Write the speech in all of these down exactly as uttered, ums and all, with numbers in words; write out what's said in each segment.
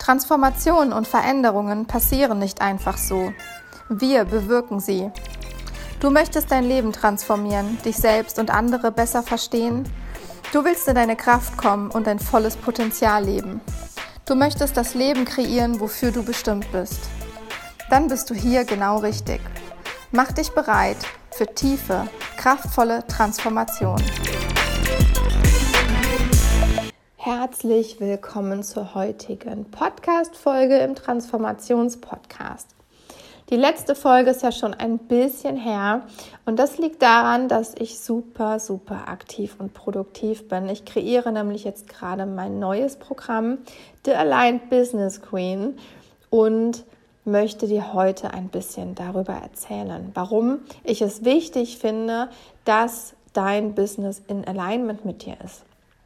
Transformationen und Veränderungen passieren nicht einfach so. Wir bewirken sie. Du möchtest dein Leben transformieren, dich selbst und andere besser verstehen. Du willst in deine Kraft kommen und dein volles Potenzial leben. Du möchtest das Leben kreieren, wofür du bestimmt bist. Dann bist du hier genau richtig. Mach dich bereit für tiefe, kraftvolle Transformation. Herzlich willkommen zur heutigen Podcast-Folge im Transformations-Podcast. Die letzte Folge ist ja schon ein bisschen her und das liegt daran, dass ich super, super aktiv und produktiv bin. Ich kreiere nämlich jetzt gerade mein neues Programm, The Aligned Business Queen, und möchte dir heute ein bisschen darüber erzählen, warum ich es wichtig finde, dass dein Business in Alignment mit dir ist.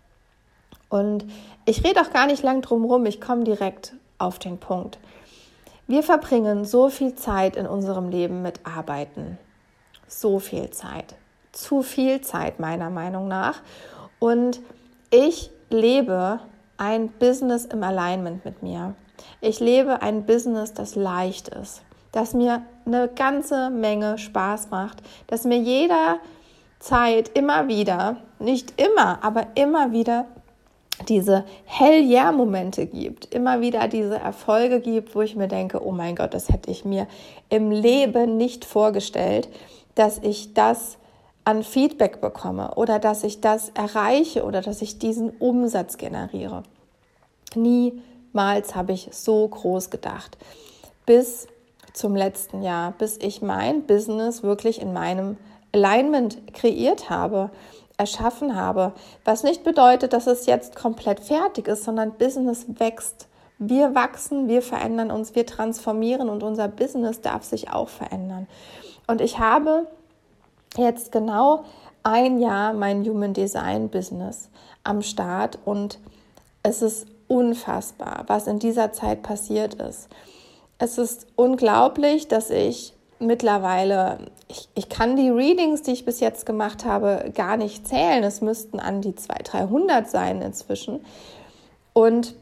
Und ich rede auch gar nicht lang drum rum, ich komme direkt auf den Punkt. Wir verbringen so viel Zeit in unserem Leben mit Arbeiten. So viel Zeit. Zu viel Zeit meiner Meinung nach. Und ich lebe ein Business im Alignment mit mir. Ich lebe ein Business, das leicht ist, das mir eine ganze Menge Spaß macht, das mir jederzeit immer wieder, nicht immer, aber immer wieder diese Hell-Yeah-Momente gibt, immer wieder diese Erfolge gibt, wo ich mir denke, oh mein Gott, das hätte ich mir im Leben nicht vorgestellt, dass ich das an Feedback bekomme oder dass ich das erreiche oder dass ich diesen Umsatz generiere. Niemals habe ich so groß gedacht, bis zum letzten Jahr, bis ich mein Business wirklich in meinem Alignment kreiert habe, erschaffen habe, was nicht bedeutet, dass es jetzt komplett fertig ist, sondern Business wächst. Wir wachsen, wir verändern uns, wir transformieren und unser Business darf sich auch verändern. Und ich habe jetzt genau ein Jahr mein Human Design Business am Start und es ist unfassbar, was in dieser Zeit passiert ist. Es ist unglaublich, dass ich mittlerweile, ich, ich kann die Readings, die ich bis jetzt gemacht habe, gar nicht zählen. Es müssten an die zweihundert, dreihundert sein inzwischen. Und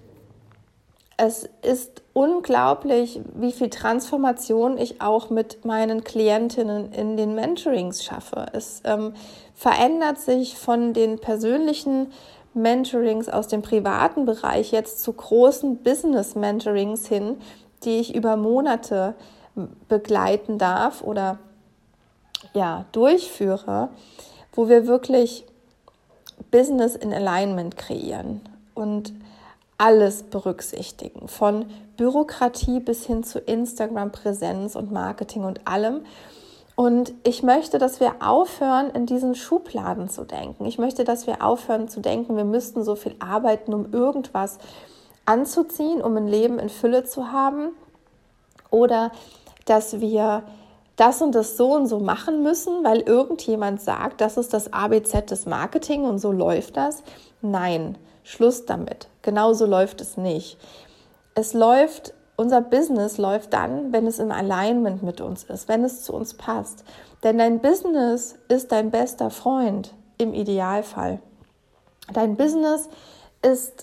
es ist unglaublich, wie viel Transformation ich auch mit meinen Klientinnen in den Mentorings schaffe. Es ähm, verändert sich von den persönlichen Mentorings aus dem privaten Bereich jetzt zu großen Business-Mentorings hin, die ich über Monate begleiten darf oder ja, durchführe, wo wir wirklich Business in Alignment kreieren und alles berücksichtigen, von Bürokratie bis hin zu Instagram-Präsenz und Marketing und allem. Und ich möchte, dass wir aufhören, in diesen Schubladen zu denken. Ich möchte, dass wir aufhören zu denken, wir müssten so viel arbeiten, um irgendwas anzuziehen, um ein Leben in Fülle zu haben, oder dass wir das und das so und so machen müssen, weil irgendjemand sagt, das ist das A B Z des Marketing und so läuft das. Nein, Schluss damit. Genauso läuft es nicht. Es läuft, unser Business läuft dann, wenn es im Alignment mit uns ist, wenn es zu uns passt. Denn dein Business ist dein bester Freund im Idealfall. Dein Business ist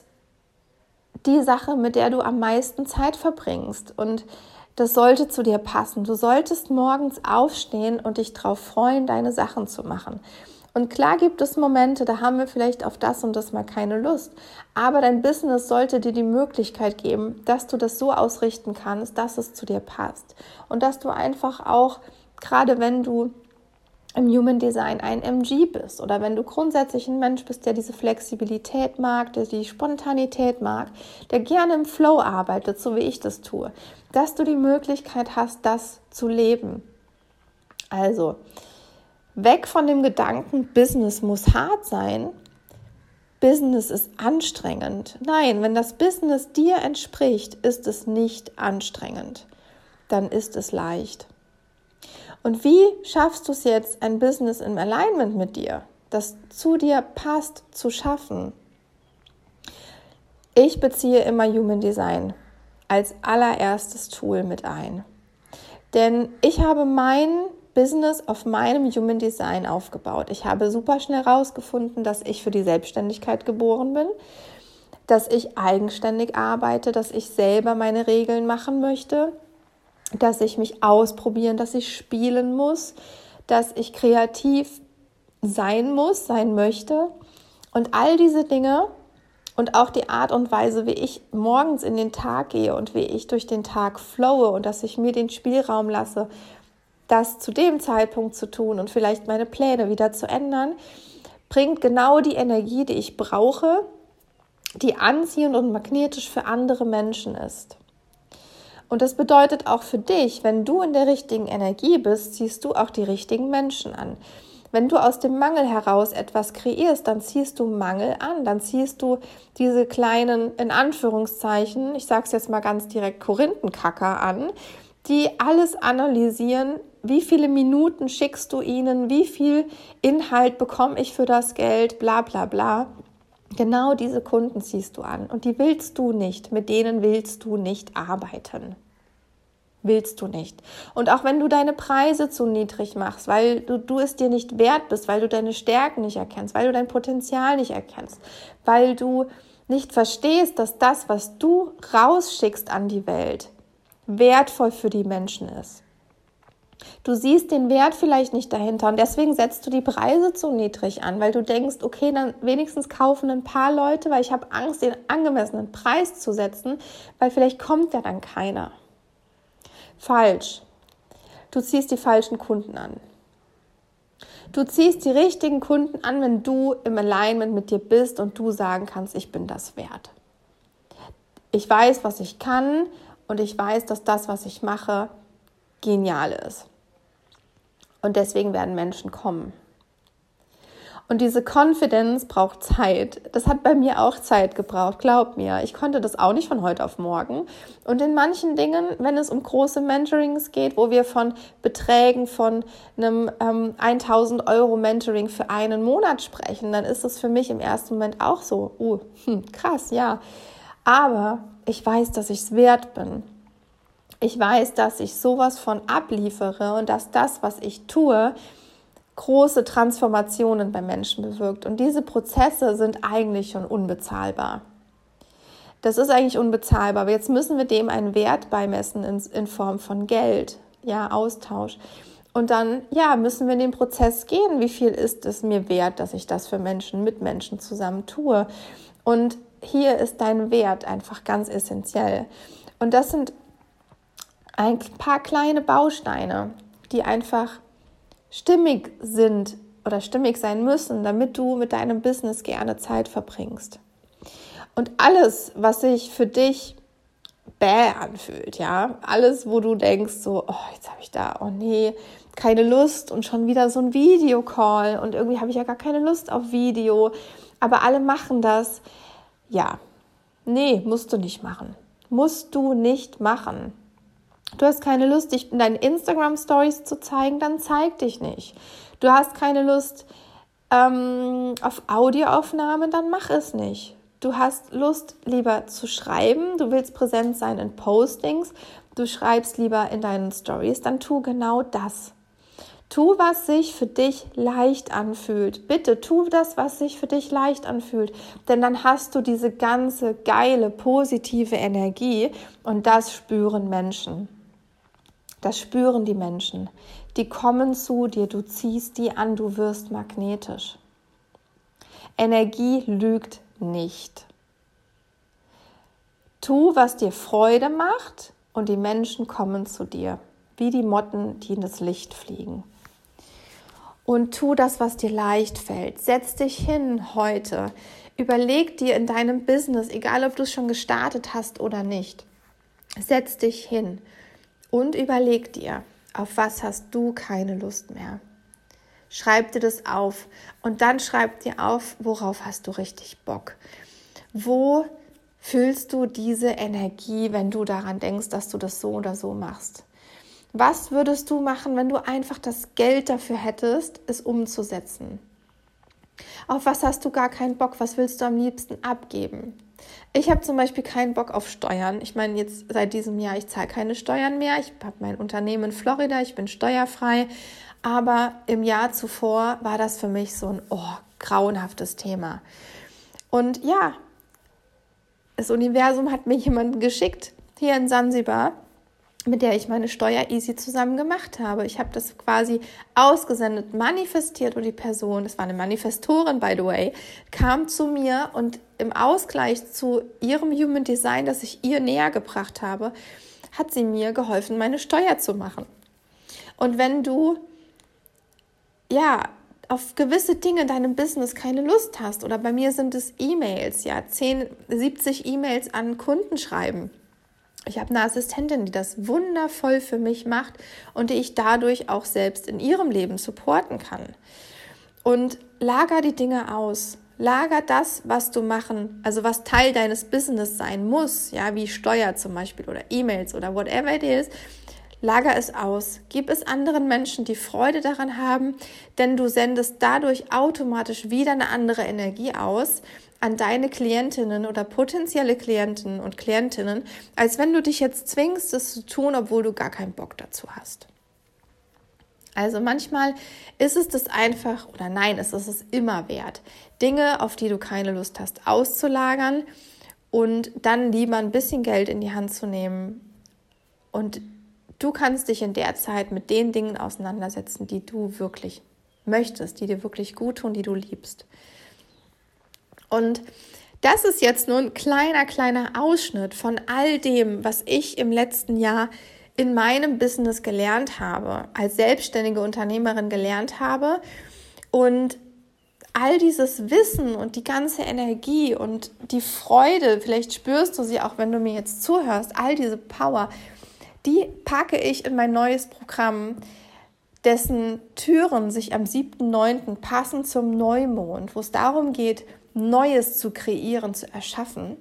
die Sache, mit der du am meisten Zeit verbringst, und das sollte zu dir passen. Du solltest morgens aufstehen und dich darauf freuen, deine Sachen zu machen. Und klar gibt es Momente, da haben wir vielleicht auf das und das mal keine Lust. Aber dein Business sollte dir die Möglichkeit geben, dass du das so ausrichten kannst, dass es zu dir passt. Und dass du einfach auch, gerade wenn du im Human Design ein M G bist oder wenn du grundsätzlich ein Mensch bist, der diese Flexibilität mag, der die Spontanität mag, der gerne im Flow arbeitet, so wie ich das tue, dass du die Möglichkeit hast, das zu leben. Also, weg von dem Gedanken, Business muss hart sein, Business ist anstrengend. Nein, wenn das Business dir entspricht, ist es nicht anstrengend. Dann ist es leicht. Und wie schaffst du es jetzt, ein Business im Alignment mit dir, das zu dir passt, zu schaffen? Ich beziehe immer Human Design als allererstes Tool mit ein. Denn ich habe mein Business auf meinem Human Design aufgebaut. Ich habe super schnell herausgefunden, dass ich für die Selbstständigkeit geboren bin. dass ich eigenständig arbeite, dass ich selber meine Regeln machen möchte, dass ich mich ausprobieren, dass ich spielen muss, dass ich kreativ sein muss, sein möchte. Und all diese Dinge und auch die Art und Weise, wie ich morgens in den Tag gehe und wie ich durch den Tag flowe und dass ich mir den Spielraum lasse, das zu dem Zeitpunkt zu tun und vielleicht meine Pläne wieder zu ändern, bringt genau die Energie, die ich brauche, die anziehend und magnetisch für andere Menschen ist. Und das bedeutet auch für dich, wenn du in der richtigen Energie bist, ziehst du auch die richtigen Menschen an. Wenn du aus dem Mangel heraus etwas kreierst, dann ziehst du Mangel an, dann ziehst du diese kleinen, in Anführungszeichen, ich sage es jetzt mal ganz direkt, Korinthenkacker an, die alles analysieren, wie viele Minuten schickst du ihnen, wie viel Inhalt bekomme ich für das Geld, bla bla bla. Genau diese Kunden ziehst du an und die willst du nicht, mit denen willst du nicht arbeiten. Willst du nicht. Und auch wenn du deine Preise zu niedrig machst, weil du, du es dir nicht wert bist, weil du deine Stärken nicht erkennst, weil du dein Potenzial nicht erkennst, weil du nicht verstehst, dass das, was du rausschickst an die Welt, wertvoll für die Menschen ist. Du siehst den Wert vielleicht nicht dahinter und deswegen setzt du die Preise zu niedrig an, weil du denkst, okay, dann wenigstens kaufen ein paar Leute, weil ich habe Angst, den angemessenen Preis zu setzen, weil vielleicht kommt ja dann keiner. Falsch. Du ziehst die falschen Kunden an. Du ziehst die richtigen Kunden an, wenn du im Alignment mit dir bist und du sagen kannst, ich bin das wert. Ich weiß, was ich kann und ich weiß, dass das, was ich mache, genial ist. Und deswegen werden Menschen kommen. Und diese Confidence braucht Zeit. Das hat bei mir auch Zeit gebraucht, glaub mir. Ich konnte das auch nicht von heute auf morgen. Und in manchen Dingen, wenn es um große Mentorings geht, wo wir von Beträgen von einem ähm, tausend Euro Mentoring für einen Monat sprechen, dann ist es für mich im ersten Moment auch so, uh, hm, krass, ja. Aber ich weiß, dass ich es wert bin. Ich weiß, dass ich sowas von abliefere und dass das, was ich tue, große Transformationen bei Menschen bewirkt. Und diese Prozesse sind eigentlich schon unbezahlbar. Das ist eigentlich unbezahlbar. Aber jetzt müssen wir dem einen Wert beimessen in, in Form von Geld, ja, Austausch. Und dann, ja, müssen wir in den Prozess gehen. Wie viel ist es mir wert, dass ich das für Menschen, mit Menschen zusammen tue? Und hier ist dein Wert einfach ganz essentiell. Und das sind ein paar kleine Bausteine, die einfach stimmig sind oder stimmig sein müssen, damit du mit deinem Business gerne Zeit verbringst. Und alles, was sich für dich bäh anfühlt, ja, alles, wo du denkst, so, oh, jetzt habe ich da, oh nee, keine Lust und schon wieder so ein Videocall und irgendwie habe ich ja gar keine Lust auf Video, aber alle machen das, ja, nee, musst du nicht machen, musst du nicht machen. Du hast keine Lust, dich in deinen Instagram-Stories zu zeigen, dann zeig dich nicht. Du hast keine Lust ähm, auf Audioaufnahmen, dann mach es nicht. Du hast Lust, lieber zu schreiben, du willst präsent sein in Postings, du schreibst lieber in deinen Stories, dann tu genau das. Tu, was sich für dich leicht anfühlt. Bitte, tu das, was sich für dich leicht anfühlt. Denn dann hast du diese ganze geile, positive Energie und das spüren Menschen. Das spüren die Menschen. Die kommen zu dir, du ziehst die an, du wirst magnetisch. Energie lügt nicht. Tu, was dir Freude macht und die Menschen kommen zu dir, wie die Motten, die in das Licht fliegen. Und tu das, was dir leicht fällt. Setz dich hin heute. Überleg dir in deinem Business, egal ob du es schon gestartet hast oder nicht, setz dich hin. Und überleg dir, auf was hast du keine Lust mehr. Schreib dir das auf und dann schreib dir auf, worauf hast du richtig Bock. Wo fühlst du diese Energie, wenn du daran denkst, dass du das so oder so machst? Was würdest du machen, wenn du einfach das Geld dafür hättest, es umzusetzen? Auf was hast du gar keinen Bock? Was willst du am liebsten abgeben? Ich habe zum Beispiel keinen Bock auf Steuern. Ich meine, jetzt seit diesem Jahr, ich zahle keine Steuern mehr. Ich habe mein Unternehmen in Florida, ich bin steuerfrei. Aber im Jahr zuvor war das für mich so ein oh, grauenhaftes Thema. Und ja, das Universum hat mir jemanden geschickt, hier in Sansibar, mit der ich meine Steuer easy zusammen gemacht habe. Ich habe das quasi ausgesendet, manifestiert und die Person, das war eine Manifestorin, by the way, kam zu mir und im Ausgleich zu ihrem Human Design, das ich ihr näher gebracht habe, hat sie mir geholfen, meine Steuer zu machen. Und wenn du, ja, auf gewisse Dinge in deinem Business keine Lust hast, oder bei mir sind es E-Mails, ja, zehn, siebzig E-Mails an Kunden schreiben. Ich habe eine Assistentin, die das wundervoll für mich macht und die ich dadurch auch selbst in ihrem Leben supporten kann. Und lager die Dinge aus. Lager das, was du machen, also was Teil deines Business sein muss, ja, wie Steuer zum Beispiel oder E-Mails oder whatever it is. Lager es aus. Gib es anderen Menschen, die Freude daran haben, denn du sendest dadurch automatisch wieder eine andere Energie aus an deine Klientinnen oder potenzielle Klienten und Klientinnen, als wenn du dich jetzt zwingst, es zu tun, obwohl du gar keinen Bock dazu hast. Also manchmal ist es das einfach, oder nein, es ist es immer wert, Dinge, auf die du keine Lust hast, auszulagern und dann lieber ein bisschen Geld in die Hand zu nehmen. Und du kannst dich in der Zeit mit den Dingen auseinandersetzen, die du wirklich möchtest, die dir wirklich gut tun, die du liebst. Und das ist jetzt nur ein kleiner, kleiner Ausschnitt von all dem, was ich im letzten Jahr in meinem Business gelernt habe, als selbstständige Unternehmerin gelernt habe. Und all dieses Wissen und die ganze Energie und die Freude, vielleicht spürst du sie auch, wenn du mir jetzt zuhörst, all diese Power, die packe ich in mein neues Programm, dessen Türen sich am siebten neunten passend zum Neumond, wo es darum geht, Neues zu kreieren, zu erschaffen,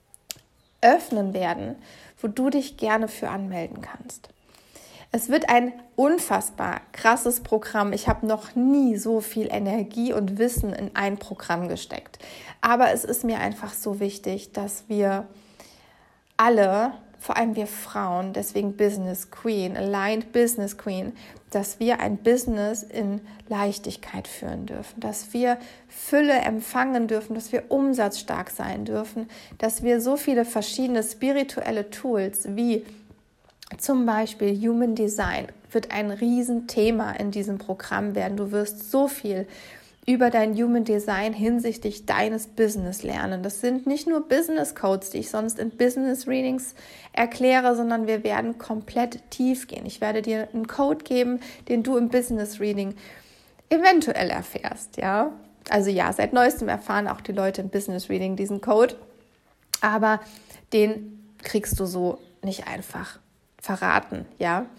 öffnen werden, wo du dich gerne für anmelden kannst. Es wird ein unfassbar krasses Programm. Ich habe noch nie so viel Energie und Wissen in ein Programm gesteckt. Aber es ist mir einfach so wichtig, dass wir alle, vor allem wir Frauen, deswegen Business Queen, Aligned Business Queen, dass wir ein Business in Leichtigkeit führen dürfen, dass wir Fülle empfangen dürfen, dass wir umsatzstark sein dürfen, dass wir so viele verschiedene spirituelle Tools wie zum Beispiel Human Design wird ein Riesenthema in diesem Programm werden. Du wirst so viel über dein Human Design hinsichtlich deines Business lernen. Das sind nicht nur Business Codes, die ich sonst in Business Readings erkläre, sondern wir werden komplett tief gehen. Ich werde dir einen Code geben, den du im Business Reading eventuell erfährst, ja. Also ja, seit neuestem erfahren auch die Leute im Business Reading diesen Code, aber den kriegst du so nicht einfach verraten, ja.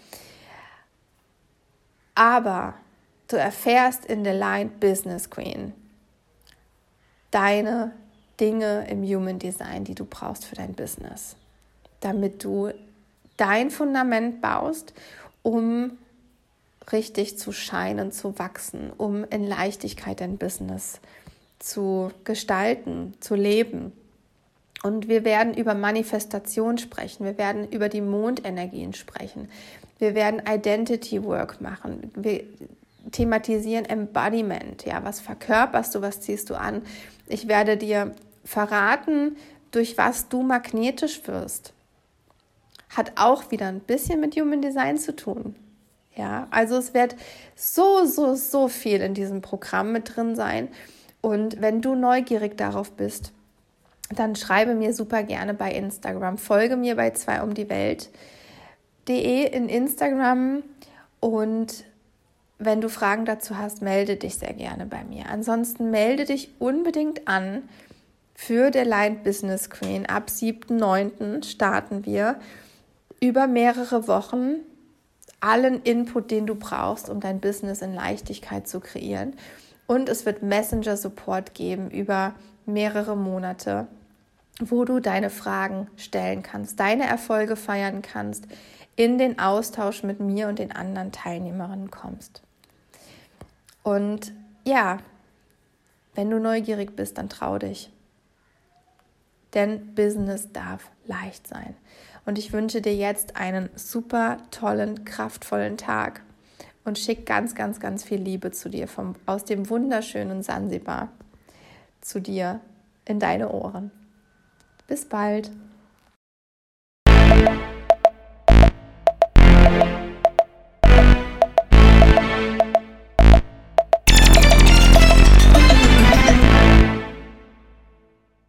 Aber du erfährst in The Aligned Business Queen deine Dinge im Human Design, die du brauchst für dein Business, damit du dein Fundament baust, um richtig zu scheinen, zu wachsen, um in Leichtigkeit dein Business zu gestalten, zu leben. Und wir werden über Manifestation sprechen, wir werden über die Mondenergien sprechen, wir werden Identity Work machen, wir thematisieren Embodiment, ja, was verkörperst du, was ziehst du an. Ich werde dir verraten, durch was du magnetisch wirst. Hat auch wieder ein bisschen mit Human Design zu tun. Ja, also es wird so, so, so viel in diesem Programm mit drin sein. Und wenn du neugierig darauf bist, dann schreibe mir super gerne bei Instagram. Folge mir bei zwei um die Welt punkt de in Instagram und wenn du Fragen dazu hast, melde dich sehr gerne bei mir. Ansonsten melde dich unbedingt an für The Aligned Business Queen. Ab siebten neunten starten wir über mehrere Wochen allen Input, den du brauchst, um dein Business in Leichtigkeit zu kreieren. Und es wird Messenger-Support geben über mehrere Monate, wo du deine Fragen stellen kannst, deine Erfolge feiern kannst, in den Austausch mit mir und den anderen Teilnehmerinnen kommst. Und ja, wenn du neugierig bist, dann trau dich. Denn Business darf leicht sein. Und ich wünsche dir jetzt einen super tollen, kraftvollen Tag und schick ganz, ganz, ganz viel Liebe zu dir vom, aus dem wunderschönen Sansibar zu dir in deine Ohren. Bis bald!